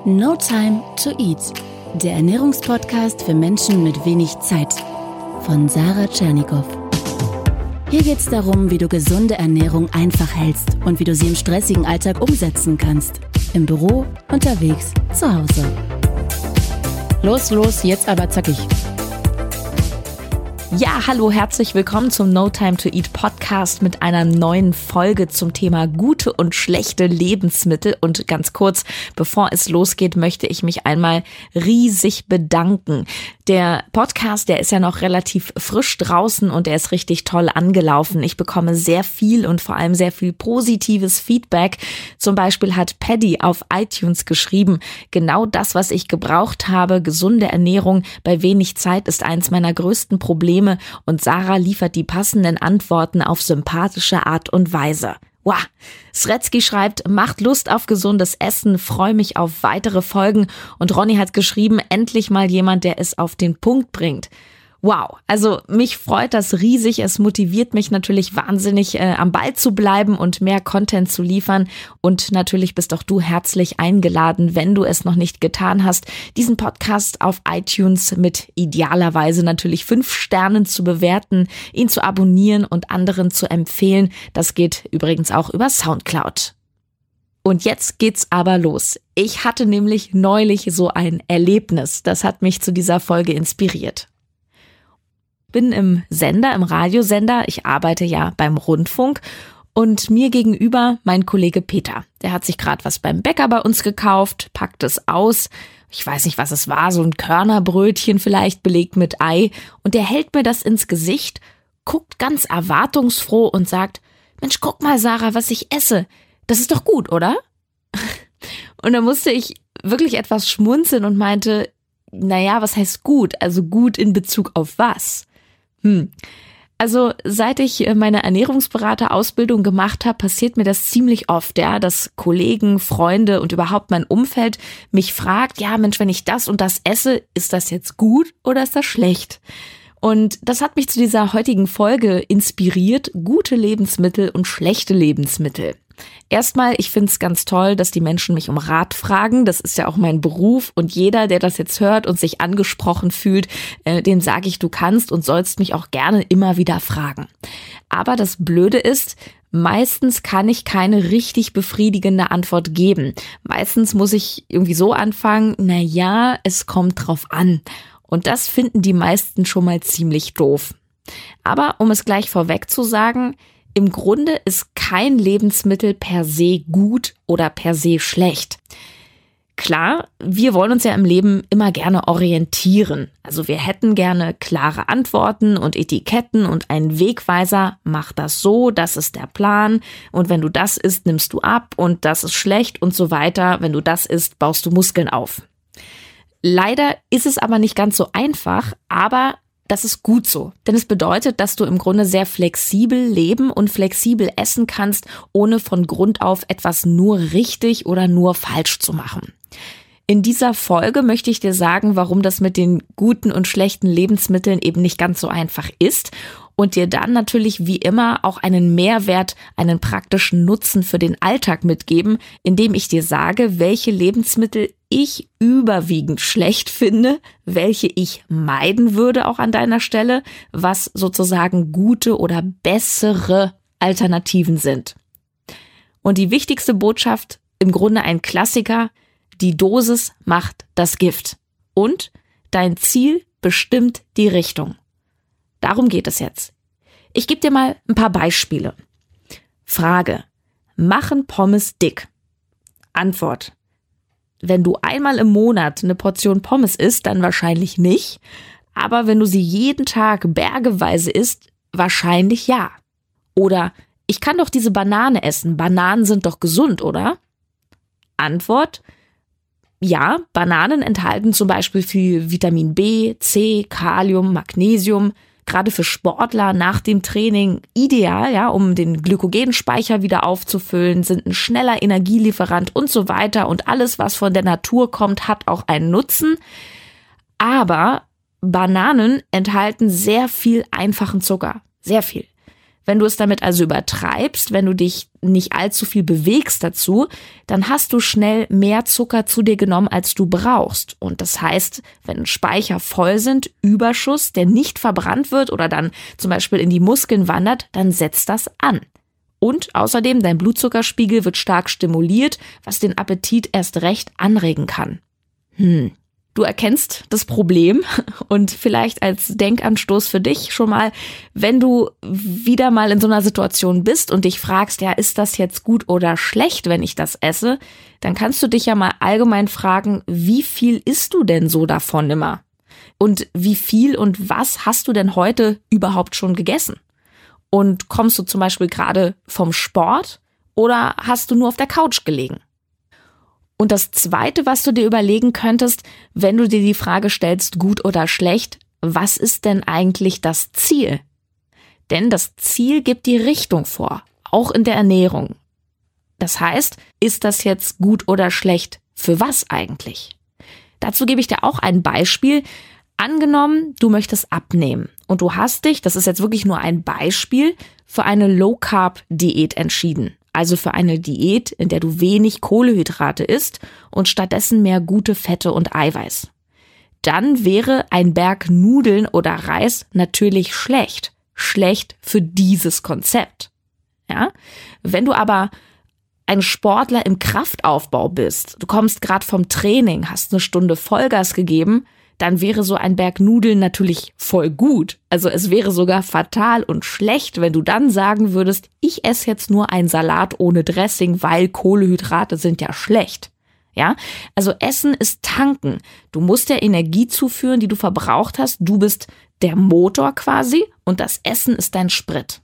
No Time to Eat, der Ernährungspodcast für Menschen mit wenig Zeit von Sarah Tschernikow. Hier geht's darum, wie du gesunde Ernährung einfach hältst und wie du sie im stressigen Alltag umsetzen kannst. Im Büro, unterwegs, zu Hause. Los, jetzt aber zackig. Ja, hallo, herzlich willkommen zum No Time to Eat Podcast mit einer neuen Folge zum Thema gute und schlechte Lebensmittel. Und ganz kurz, bevor es losgeht, möchte ich mich einmal riesig bedanken. Der Podcast, der ist ja noch relativ frisch draußen und der ist richtig toll angelaufen. Ich bekomme sehr viel und vor allem sehr viel positives Feedback. Zum Beispiel hat Paddy auf iTunes geschrieben, genau das, was ich gebraucht habe, gesunde Ernährung bei wenig Zeit ist eins meiner größten Probleme. Und Sarah liefert die passenden Antworten auf sympathische Art und Weise. Wow. Sretzky schreibt, macht Lust auf gesundes Essen, freue mich auf weitere Folgen. Und Ronny hat geschrieben, endlich mal jemand, der es auf den Punkt bringt. Wow, also mich freut das riesig. Es motiviert mich natürlich wahnsinnig, am Ball zu bleiben und mehr Content zu liefern. Und natürlich bist auch du herzlich eingeladen, wenn du es noch nicht getan hast, diesen Podcast auf iTunes mit idealerweise natürlich 5 Sternen zu bewerten, ihn zu abonnieren und anderen zu empfehlen. Das geht übrigens auch über Soundcloud. Und jetzt geht's aber los. Ich hatte nämlich neulich so ein Erlebnis. Das hat mich zu dieser Folge inspiriert. Bin im Radiosender, ich arbeite ja beim Rundfunk und mir gegenüber mein Kollege Peter. Der hat sich gerade was beim Bäcker bei uns gekauft, packt es aus, ich weiß nicht, was es war, so ein Körnerbrötchen vielleicht belegt mit Ei und der hält mir das ins Gesicht, guckt ganz erwartungsfroh und sagt, Mensch, guck mal Sarah, was ich esse, das ist doch gut, oder? Und da musste ich wirklich etwas schmunzeln und meinte, naja, was heißt gut? Also gut in Bezug auf was? Also seit ich meine Ernährungsberaterausbildung gemacht habe, passiert mir das ziemlich oft, ja, dass Kollegen, Freunde und überhaupt mein Umfeld mich fragt, ja Mensch, wenn ich das und das esse, ist das jetzt gut oder ist das schlecht? Und das hat mich zu dieser heutigen Folge inspiriert, gute Lebensmittel und schlechte Lebensmittel. Erstmal, ich finde es ganz toll, dass die Menschen mich um Rat fragen. Das ist ja auch mein Beruf und jeder, der das jetzt hört und sich angesprochen fühlt, dem sage ich, du kannst und sollst mich auch gerne immer wieder fragen. Aber das Blöde ist, meistens kann ich keine richtig befriedigende Antwort geben. Meistens muss ich irgendwie so anfangen, naja, es kommt drauf an. Und das finden die meisten schon mal ziemlich doof. Aber um es gleich vorweg zu sagen, im Grunde ist kein Lebensmittel per se gut oder per se schlecht. Klar, wir wollen uns ja im Leben immer gerne orientieren. Also wir hätten gerne klare Antworten und Etiketten und einen Wegweiser, mach das so, das ist der Plan und wenn du das isst, nimmst du ab und das ist schlecht und so weiter. Wenn du das isst, baust du Muskeln auf. Leider ist es aber nicht ganz so einfach, aber das ist gut so, denn es bedeutet, dass du im Grunde sehr flexibel leben und flexibel essen kannst, ohne von Grund auf etwas nur richtig oder nur falsch zu machen. In dieser Folge möchte ich dir sagen, warum das mit den guten und schlechten Lebensmitteln eben nicht ganz so einfach ist und dir dann natürlich wie immer auch einen Mehrwert, einen praktischen Nutzen für den Alltag mitgeben, indem ich dir sage, welche Lebensmittel ich überwiegend schlecht finde, welche ich meiden würde auch an deiner Stelle, was sozusagen gute oder bessere Alternativen sind. Und die wichtigste Botschaft, im Grunde ein Klassiker, die Dosis macht das Gift. Und dein Ziel bestimmt die Richtung. Darum geht es jetzt. Ich gebe dir mal ein paar Beispiele. Frage: Machen Pommes dick? Antwort: Wenn du einmal im Monat eine Portion Pommes isst, dann wahrscheinlich nicht. Aber wenn du sie jeden Tag bergeweise isst, wahrscheinlich ja. Oder: Ich kann doch diese Banane essen. Bananen sind doch gesund, oder? Antwort: Ja, Bananen enthalten zum Beispiel viel Vitamin B, C, Kalium, Magnesium. Gerade für Sportler nach dem Training ideal, ja, um den Glykogenspeicher wieder aufzufüllen, sind ein schneller Energielieferant und so weiter. Und alles, was von der Natur kommt, hat auch einen Nutzen. Aber Bananen enthalten sehr viel einfachen Zucker. Sehr viel. Wenn du es damit also übertreibst, wenn du dich nicht allzu viel bewegst dazu, dann hast du schnell mehr Zucker zu dir genommen, als du brauchst. Und das heißt, wenn Speicher voll sind, Überschuss, der nicht verbrannt wird oder dann zum Beispiel in die Muskeln wandert, dann setzt das an. Und außerdem, dein Blutzuckerspiegel wird stark stimuliert, was den Appetit erst recht anregen kann. Du erkennst das Problem und vielleicht als Denkanstoß für dich schon mal, wenn du wieder mal in so einer Situation bist und dich fragst, ja, ist das jetzt gut oder schlecht, wenn ich das esse, dann kannst du dich ja mal allgemein fragen, wie viel isst du denn so davon immer? Und wie viel und was hast du denn heute überhaupt schon gegessen? Und kommst du zum Beispiel gerade vom Sport oder hast du nur auf der Couch gelegen? Und das Zweite, was du dir überlegen könntest, wenn du dir die Frage stellst, gut oder schlecht, was ist denn eigentlich das Ziel? Denn das Ziel gibt die Richtung vor, auch in der Ernährung. Das heißt, ist das jetzt gut oder schlecht? Für was eigentlich? Dazu gebe ich dir auch ein Beispiel. Angenommen, du möchtest abnehmen und du hast dich, das ist jetzt wirklich nur ein Beispiel, für eine Low-Carb-Diät entschieden. Also für eine Diät, in der du wenig Kohlenhydrate isst und stattdessen mehr gute Fette und Eiweiß. Dann wäre ein Berg Nudeln oder Reis natürlich schlecht. Schlecht für dieses Konzept. Ja? Wenn du aber ein Sportler im Kraftaufbau bist, du kommst gerade vom Training, hast eine Stunde Vollgas gegeben, dann wäre so ein Berg Nudeln natürlich voll gut. Also es wäre sogar fatal und schlecht, wenn du dann sagen würdest, ich esse jetzt nur einen Salat ohne Dressing, weil Kohlenhydrate sind ja schlecht. Ja, also Essen ist tanken. Du musst der Energie zuführen, die du verbraucht hast. Du bist der Motor quasi und das Essen ist dein Sprit.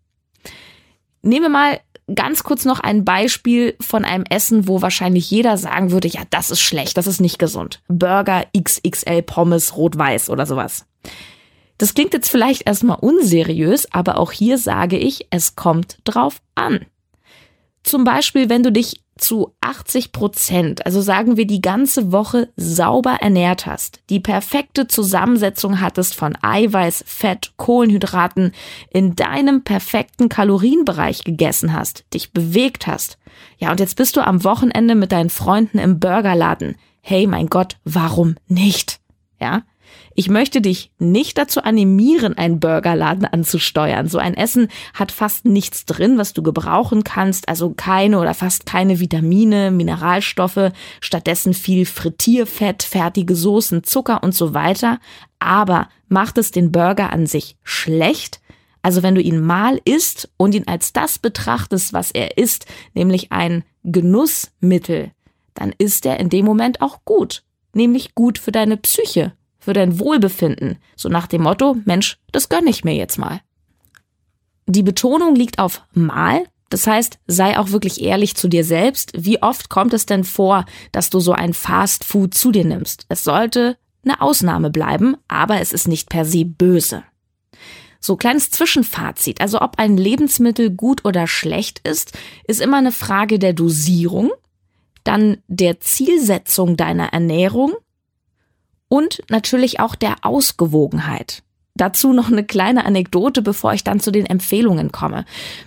Nehmen wir mal ganz kurz noch ein Beispiel von einem Essen, wo wahrscheinlich jeder sagen würde, ja, das ist schlecht, das ist nicht gesund. Burger, XXL, Pommes, rot-weiß oder sowas. Das klingt jetzt vielleicht erstmal unseriös, aber auch hier sage ich, es kommt drauf an. Zum Beispiel, wenn du dich zu 80%, also sagen wir die ganze Woche sauber ernährt hast, die perfekte Zusammensetzung hattest von Eiweiß, Fett, Kohlenhydraten, in deinem perfekten Kalorienbereich gegessen hast, dich bewegt hast. Ja, und jetzt bist du am Wochenende mit deinen Freunden im Burgerladen. Hey, mein Gott, warum nicht? Ja? Ich möchte dich nicht dazu animieren, einen Burgerladen anzusteuern. So ein Essen hat fast nichts drin, was du gebrauchen kannst, also keine oder fast keine Vitamine, Mineralstoffe, stattdessen viel Frittierfett, fertige Soßen, Zucker und so weiter. Aber macht es den Burger an sich schlecht? Also wenn du ihn mal isst und ihn als das betrachtest, was er ist, nämlich ein Genussmittel, dann ist er in dem Moment auch gut, nämlich gut für deine Psyche. Für dein Wohlbefinden, so nach dem Motto, Mensch, das gönne ich mir jetzt mal. Die Betonung liegt auf mal, das heißt, sei auch wirklich ehrlich zu dir selbst. Wie oft kommt es denn vor, dass du so ein Fast Food zu dir nimmst? Es sollte eine Ausnahme bleiben, aber es ist nicht per se böse. So, kleines Zwischenfazit, also ob ein Lebensmittel gut oder schlecht ist immer eine Frage der Dosierung, dann der Zielsetzung deiner Ernährung, und natürlich auch der Ausgewogenheit. Dazu noch eine kleine Anekdote, bevor ich dann zu den Empfehlungen komme.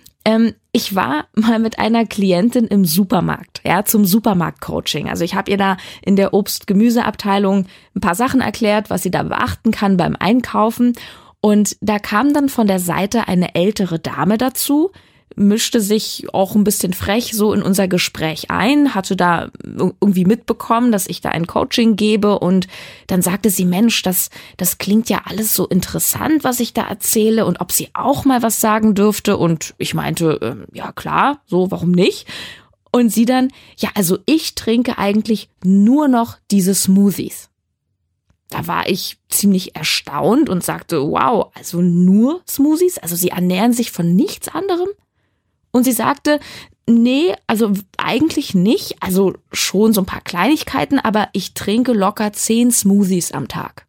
Ich war mal mit einer Klientin im Supermarkt, ja, zum Supermarkt-Coaching. Also ich habe ihr da in der Obst-Gemüse-Abteilung ein paar Sachen erklärt, was sie da beachten kann beim Einkaufen. Und da kam dann von der Seite eine ältere Dame dazu, mischte sich auch ein bisschen frech so in unser Gespräch ein, hatte da irgendwie mitbekommen, dass ich da ein Coaching gebe und dann sagte sie, Mensch, das klingt ja alles so interessant, was ich da erzähle und ob sie auch mal was sagen dürfte und ich meinte, ja klar, so, warum nicht? Und sie dann, ja, also ich trinke eigentlich nur noch diese Smoothies. Da war ich ziemlich erstaunt und sagte, wow, also nur Smoothies? Also sie ernähren sich von nichts anderem? Und sie sagte, nee, also eigentlich nicht, also schon so ein paar Kleinigkeiten, aber ich trinke locker 10 Smoothies am Tag.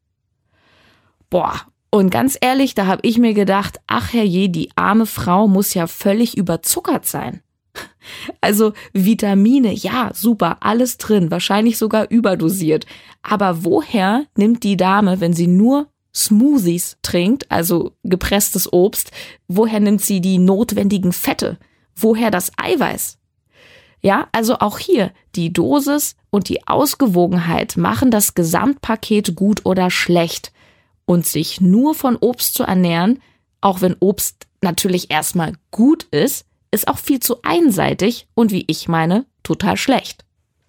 Boah, und ganz ehrlich, da habe ich mir gedacht, ach herrje, die arme Frau muss ja völlig überzuckert sein. Also Vitamine, ja, super, alles drin, wahrscheinlich sogar überdosiert. Aber woher nimmt die Dame, wenn sie nur Smoothies trinkt, also gepresstes Obst, woher nimmt sie die notwendigen Fette? Woher das Eiweiß? Ja, also auch hier, die Dosis und die Ausgewogenheit machen das Gesamtpaket gut oder schlecht. Und sich nur von Obst zu ernähren, auch wenn Obst natürlich erstmal gut ist auch viel zu einseitig und wie ich meine, total schlecht.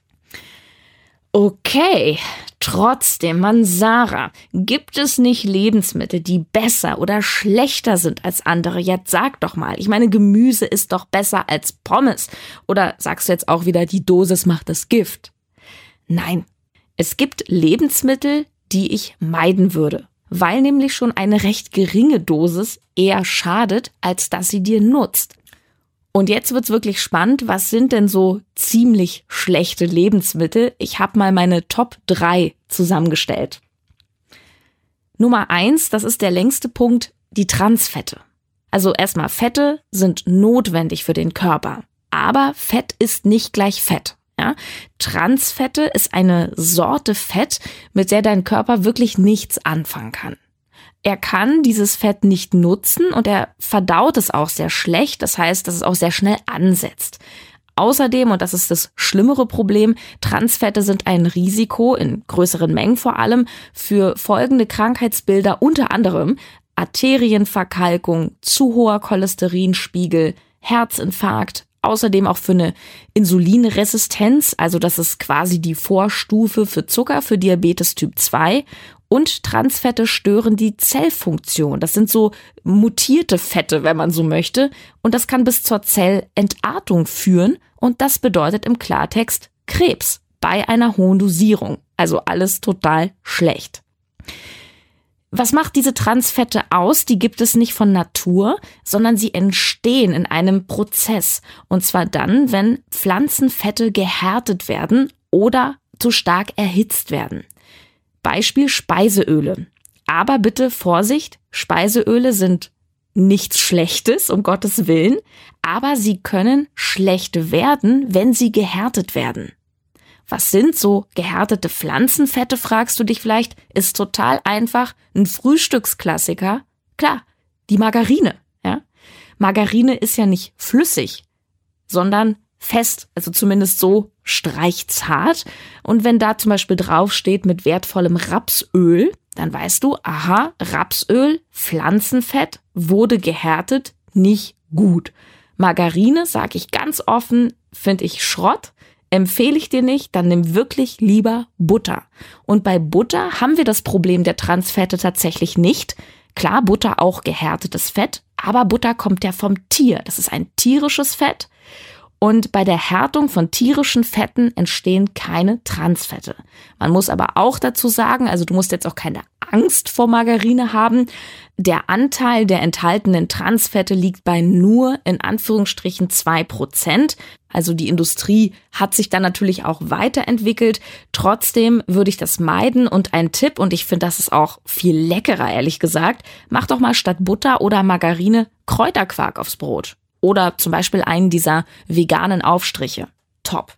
Okay, trotzdem, Mann, Sarah, gibt es nicht Lebensmittel, die besser oder schlechter sind als andere? Jetzt sag doch mal, ich meine, Gemüse ist doch besser als Pommes. Oder sagst du jetzt auch wieder, die Dosis macht das Gift? Nein, es gibt Lebensmittel, die ich meiden würde, weil nämlich schon eine recht geringe Dosis eher schadet, als dass sie dir nutzt. Und jetzt wird's wirklich spannend, was sind denn so ziemlich schlechte Lebensmittel? Ich habe mal meine Top 3 zusammengestellt. Nummer 1, das ist der längste Punkt, die Transfette. Also erstmal, Fette sind notwendig für den Körper, aber Fett ist nicht gleich Fett. Ja? Transfette ist eine Sorte Fett, mit der dein Körper wirklich nichts anfangen kann. Er kann dieses Fett nicht nutzen und er verdaut es auch sehr schlecht, das heißt, dass es auch sehr schnell ansetzt. Außerdem, und das ist das schlimmere Problem, Transfette sind ein Risiko, in größeren Mengen vor allem, für folgende Krankheitsbilder, unter anderem Arterienverkalkung, zu hoher Cholesterinspiegel, Herzinfarkt, außerdem auch für eine Insulinresistenz, also das ist quasi die Vorstufe für Zucker, für Diabetes Typ 2. Und Transfette stören die Zellfunktion. Das sind so mutierte Fette, wenn man so möchte. Und das kann bis zur Zellentartung führen. Und das bedeutet im Klartext Krebs bei einer hohen Dosierung. Also alles total schlecht. Was macht diese Transfette aus? Die gibt es nicht von Natur, sondern sie entstehen in einem Prozess. Und zwar dann, wenn Pflanzenfette gehärtet werden oder zu stark erhitzt werden. Beispiel Speiseöle. Aber bitte Vorsicht, Speiseöle sind nichts Schlechtes, um Gottes Willen, aber sie können schlecht werden, wenn sie gehärtet werden. Was sind so gehärtete Pflanzenfette, fragst du dich vielleicht? Ist total einfach, ein Frühstücksklassiker. Klar, die Margarine. Ja? Margarine ist ja nicht flüssig, sondern fest, also zumindest so streichzart. Und wenn da zum Beispiel draufsteht mit wertvollem Rapsöl, dann weißt du, aha, Rapsöl, Pflanzenfett, wurde gehärtet, nicht gut. Margarine, sage ich ganz offen, finde ich Schrott, empfehle ich dir nicht, dann nimm wirklich lieber Butter. Und bei Butter haben wir das Problem der Transfette tatsächlich nicht. Klar, Butter auch gehärtetes Fett, aber Butter kommt ja vom Tier. Das ist ein tierisches Fett. Und bei der Härtung von tierischen Fetten entstehen keine Transfette. Man muss aber auch dazu sagen, also du musst jetzt auch keine Angst vor Margarine haben. Der Anteil der enthaltenen Transfette liegt bei nur in Anführungsstrichen 2%. Also die Industrie hat sich dann natürlich auch weiterentwickelt. Trotzdem würde ich das meiden und ein Tipp, und ich finde, das ist auch viel leckerer, ehrlich gesagt, mach doch mal statt Butter oder Margarine Kräuterquark aufs Brot. Oder zum Beispiel einen dieser veganen Aufstriche. Top.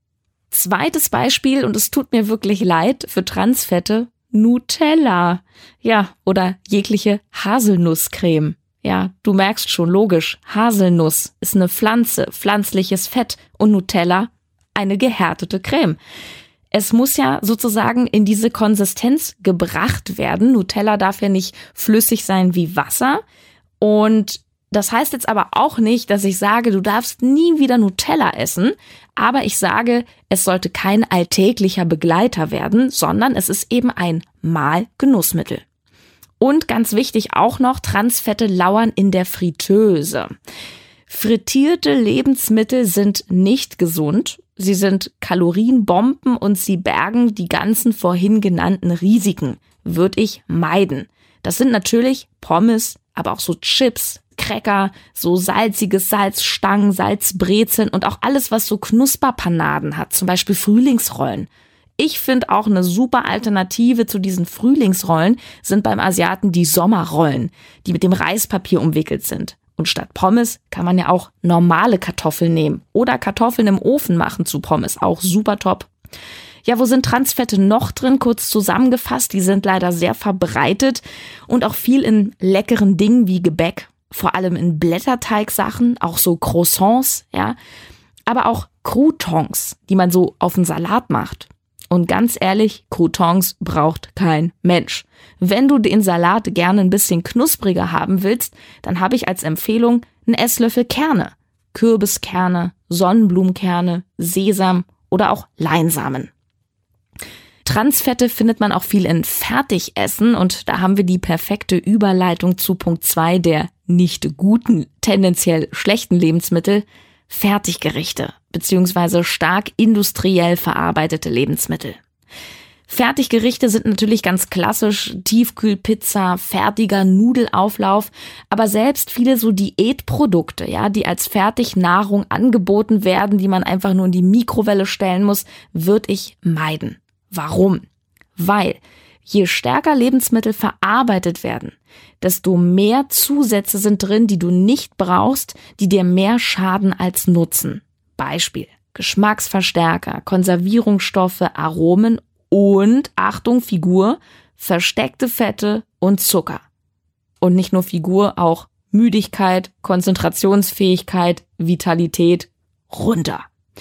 Zweites Beispiel, und es tut mir wirklich leid, für Transfette, Nutella. Ja, oder jegliche Haselnusscreme. Ja, du merkst schon, logisch, Haselnuss ist eine Pflanze, pflanzliches Fett und Nutella eine gehärtete Creme. Es muss ja sozusagen in diese Konsistenz gebracht werden. Nutella darf ja nicht flüssig sein wie Wasser. Und das heißt jetzt aber auch nicht, dass ich sage, du darfst nie wieder Nutella essen, aber ich sage, es sollte kein alltäglicher Begleiter werden, sondern es ist eben ein Mahlgenussmittel. Und ganz wichtig auch noch, Transfette lauern in der Fritteuse. Frittierte Lebensmittel sind nicht gesund, sie sind Kalorienbomben und sie bergen die ganzen vorhin genannten Risiken, würde ich meiden. Das sind natürlich Pommes, aber auch so Chips, Cracker, so salziges Salzstangen, Salzbrezeln und auch alles, was so Knusperpanaden hat, zum Beispiel Frühlingsrollen. Ich finde auch eine super Alternative zu diesen Frühlingsrollen sind beim Asiaten die Sommerrollen, die mit dem Reispapier umwickelt sind. Und statt Pommes kann man ja auch normale Kartoffeln nehmen oder Kartoffeln im Ofen machen zu Pommes, auch super top. Ja, wo sind Transfette noch drin? Kurz zusammengefasst, die sind leider sehr verbreitet und auch viel in leckeren Dingen wie Gebäck, vor allem in Blätterteigsachen, auch so Croissants, ja, aber auch Croutons, die man so auf den Salat macht. Und ganz ehrlich, Croutons braucht kein Mensch. Wenn du den Salat gerne ein bisschen knuspriger haben willst, dann habe ich als Empfehlung einen Esslöffel Kerne. Kürbiskerne, Sonnenblumenkerne, Sesam oder auch Leinsamen. Transfette findet man auch viel in Fertigessen und da haben wir die perfekte Überleitung zu Punkt 2 der nicht guten, tendenziell schlechten Lebensmittel, Fertiggerichte bzw. stark industriell verarbeitete Lebensmittel. Fertiggerichte sind natürlich ganz klassisch, Tiefkühlpizza, fertiger Nudelauflauf, aber selbst viele so Diätprodukte, ja, die als Fertignahrung angeboten werden, die man einfach nur in die Mikrowelle stellen muss, würde ich meiden. Warum? Weil je stärker Lebensmittel verarbeitet werden, desto mehr Zusätze sind drin, die du nicht brauchst, die dir mehr schaden als nutzen. Beispiel: Geschmacksverstärker, Konservierungsstoffe, Aromen und, Achtung, Figur, versteckte Fette und Zucker. Und nicht nur Figur, auch Müdigkeit, Konzentrationsfähigkeit, Vitalität runter.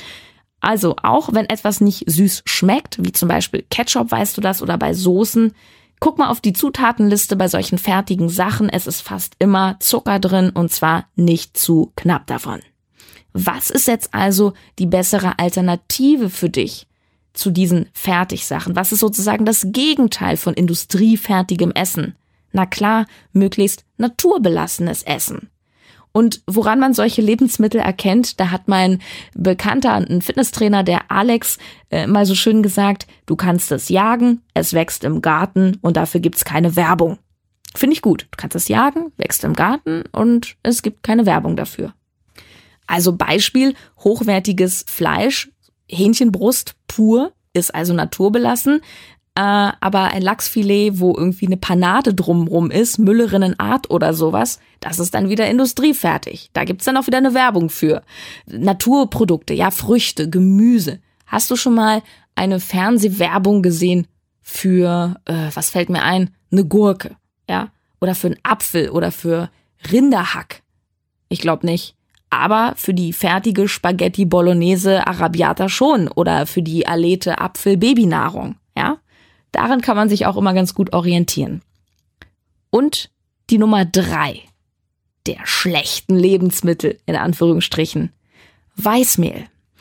Also auch wenn etwas nicht süß schmeckt, wie zum Beispiel Ketchup, weißt du das, oder bei Soßen, guck mal auf die Zutatenliste bei solchen fertigen Sachen. Es ist fast immer Zucker drin und zwar nicht zu knapp davon. Was ist jetzt also die bessere Alternative für dich zu diesen Fertigsachen? Was ist sozusagen das Gegenteil von industriefertigem Essen? Na klar, möglichst naturbelassenes Essen. Und woran man solche Lebensmittel erkennt, da hat mein Bekannter, ein Fitnesstrainer, der Alex, mal so schön gesagt, du kannst es jagen, es wächst im Garten und dafür gibt's keine Werbung. Finde ich gut. Du kannst es jagen, wächst im Garten und es gibt keine Werbung dafür. Also Beispiel, hochwertiges Fleisch, Hähnchenbrust pur, ist also naturbelassen, aber ein Lachsfilet, wo irgendwie eine Panade drumrum ist, Müllerinnenart oder sowas, das ist dann wieder industriefertig. Da gibt's dann auch wieder eine Werbung für. Naturprodukte, ja, Früchte, Gemüse. Hast du schon mal eine Fernsehwerbung gesehen für, was fällt mir ein, eine Gurke, ja? Oder für einen Apfel oder für Rinderhack? Ich glaube nicht. Aber für die fertige Spaghetti Bolognese Arrabbiata schon oder für die Alete Apfel-Babynahrung, ja? Daran kann man sich auch immer ganz gut orientieren. Und die Nummer 3 der schlechten Lebensmittel, in Anführungsstrichen, Weißmehl.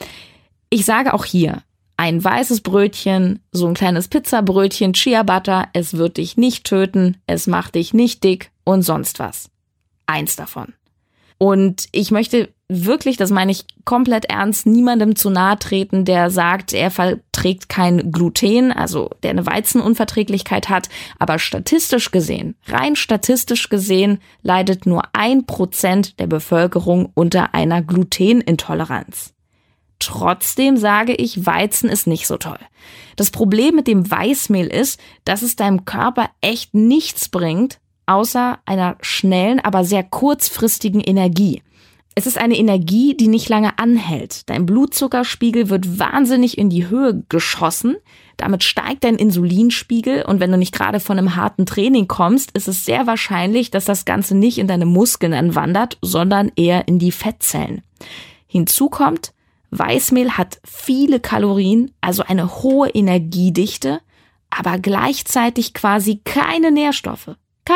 Ich sage auch hier, ein weißes Brötchen, so ein kleines Pizzabrötchen, Shea Butter, es wird dich nicht töten, es macht dich nicht dick und sonst was. Eins davon. Und ich möchte wirklich, das meine ich komplett ernst, niemandem zu nahe treten, der sagt, er verträgt kein Gluten, also der eine Weizenunverträglichkeit hat. Aber statistisch gesehen, rein statistisch gesehen, leidet nur 1% der Bevölkerung unter einer Glutenintoleranz. Trotzdem sage ich, Weizen ist nicht so toll. Das Problem mit dem Weißmehl ist, dass es deinem Körper echt nichts bringt, außer einer schnellen, aber sehr kurzfristigen Energie. Es ist eine Energie, die nicht lange anhält. Dein Blutzuckerspiegel wird wahnsinnig in die Höhe geschossen. Damit steigt dein Insulinspiegel und wenn du nicht gerade von einem harten Training kommst, ist es sehr wahrscheinlich, dass das Ganze nicht in deine Muskeln anwandert, sondern eher in die Fettzellen. Hinzu kommt, Weißmehl hat viele Kalorien, also eine hohe Energiedichte, aber gleichzeitig quasi keine Nährstoffe.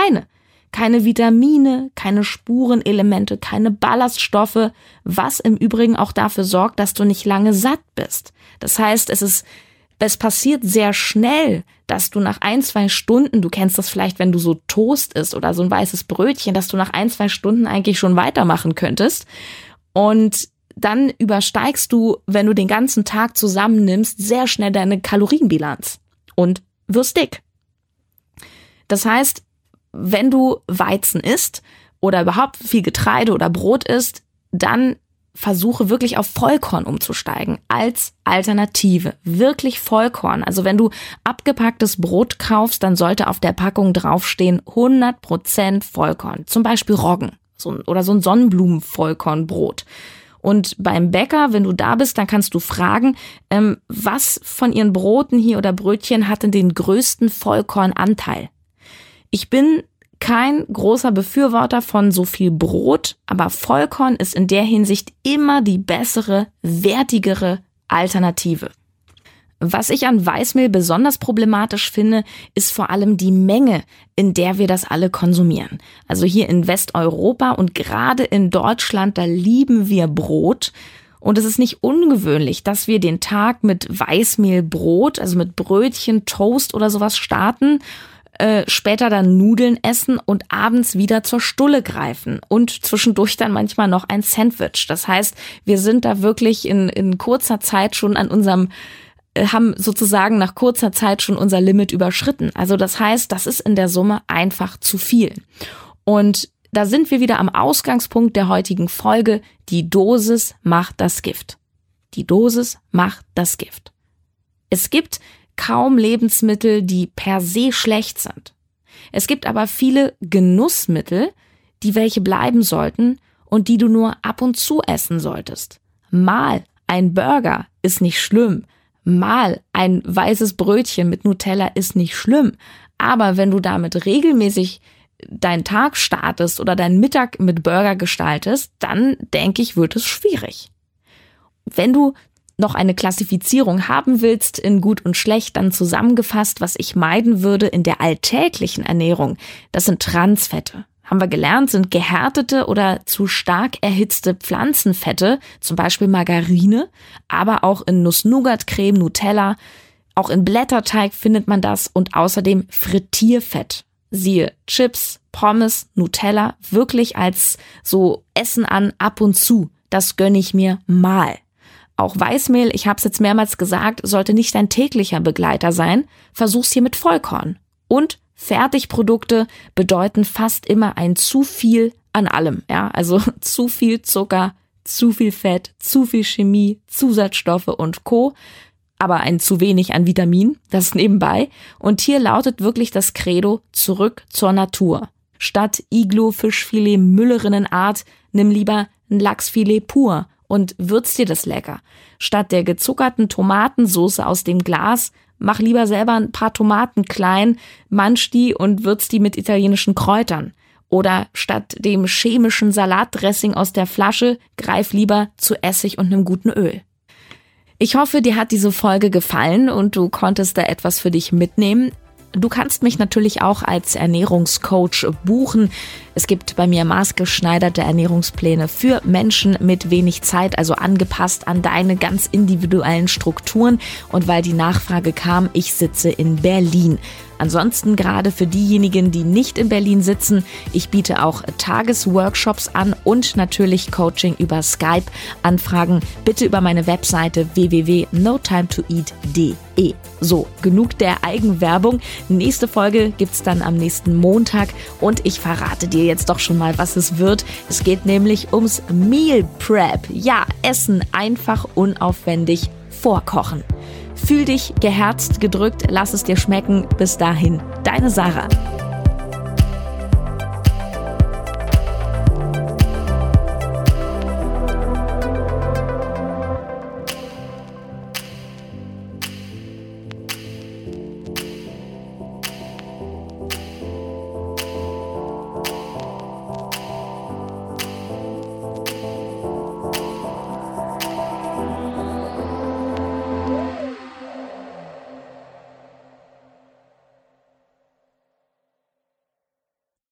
Keine Vitamine, keine Spurenelemente, keine Ballaststoffe, was im Übrigen auch dafür sorgt, dass du nicht lange satt bist. Das heißt, es passiert sehr schnell, dass du nach 1-2 Stunden, du kennst das vielleicht, wenn du so Toast isst oder so ein weißes Brötchen, dass du nach 1-2 Stunden eigentlich schon weitermachen könntest. Und dann übersteigst du, wenn du den ganzen Tag zusammennimmst, sehr schnell deine Kalorienbilanz und wirst dick. Das heißt, wenn du Weizen isst oder überhaupt viel Getreide oder Brot isst, dann versuche wirklich auf Vollkorn umzusteigen als Alternative. Wirklich Vollkorn. Also wenn du abgepacktes Brot kaufst, dann sollte auf der Packung draufstehen 100% Vollkorn. Zum Beispiel Roggen oder so ein Sonnenblumenvollkornbrot. Und beim Bäcker, wenn du da bist, dann kannst du fragen, was von ihren Broten hier oder Brötchen hat denn den größten Vollkornanteil? Ich bin kein großer Befürworter von so viel Brot, aber Vollkorn ist in der Hinsicht immer die bessere, wertigere Alternative. Was ich an Weißmehl besonders problematisch finde, ist vor allem die Menge, in der wir das alle konsumieren. Also hier in Westeuropa und gerade in Deutschland, da lieben wir Brot. Und es ist nicht ungewöhnlich, dass wir den Tag mit Weißmehlbrot, also mit Brötchen, Toast oder sowas starten, später dann Nudeln essen und abends wieder zur Stulle greifen und zwischendurch dann manchmal noch ein Sandwich. Das heißt, wir sind da wirklich in kurzer Zeit schon haben sozusagen nach kurzer Zeit schon unser Limit überschritten. Also das heißt, das ist in der Summe einfach zu viel. Und da sind wir wieder am Ausgangspunkt der heutigen Folge. Die Dosis macht das Gift. Die Dosis macht das Gift. Es gibt kaum Lebensmittel, die per se schlecht sind. Es gibt aber viele Genussmittel, die welche bleiben sollten und die du nur ab und zu essen solltest. Mal ein Burger ist nicht schlimm. Mal ein weißes Brötchen mit Nutella ist nicht schlimm, aber wenn du damit regelmäßig deinen Tag startest oder deinen Mittag mit Burger gestaltest, dann denke ich, wird es schwierig. Wenn du noch eine Klassifizierung haben willst in gut und schlecht, dann zusammengefasst, was ich meiden würde in der alltäglichen Ernährung, das sind Transfette. Haben wir gelernt, sind gehärtete oder zu stark erhitzte Pflanzenfette, zum Beispiel Margarine, aber auch in Nuss-Nougat-Creme, Nutella, auch in Blätterteig findet man das und außerdem Frittierfett. Siehe Chips, Pommes, Nutella, wirklich als so Essen an ab und zu. Das gönne ich mir mal. Auch Weißmehl, ich habe es jetzt mehrmals gesagt, sollte nicht dein täglicher Begleiter sein. Versuch's hier mit Vollkorn. Und Fertigprodukte bedeuten fast immer ein zu viel an allem, ja, also zu viel Zucker, zu viel Fett, zu viel Chemie, Zusatzstoffe und Co., aber ein zu wenig an Vitamin, das nebenbei. Und hier lautet wirklich das Credo: zurück zur Natur. Statt Iglo, Fischfilet, Müllerinnenart, nimm lieber ein Lachsfilet pur und würz dir das lecker. Statt der gezuckerten Tomatensoße aus dem Glas, mach lieber selber ein paar Tomaten klein, manch die und würz die mit italienischen Kräutern. Oder statt dem chemischen Salatdressing aus der Flasche, greif lieber zu Essig und einem guten Öl. Ich hoffe, dir hat diese Folge gefallen und du konntest da etwas für dich mitnehmen. Du kannst mich natürlich auch als Ernährungscoach buchen. Es gibt bei mir maßgeschneiderte Ernährungspläne für Menschen mit wenig Zeit, also angepasst an deine ganz individuellen Strukturen. Und weil die Nachfrage kam, ich sitze in Berlin. Ansonsten gerade für diejenigen, die nicht in Berlin sitzen, ich biete auch Tagesworkshops an und natürlich Coaching über Skype. Anfragen bitte über meine Webseite www.notimetoeat.de. So, genug der Eigenwerbung. Nächste Folge gibt's dann am nächsten Montag und ich verrate dir jetzt doch schon mal, was es wird. Es geht nämlich ums Meal Prep. Ja, Essen einfach unaufwendig vorkochen. Fühl dich geherzt, gedrückt, lass es dir schmecken. Bis dahin, deine Sarah.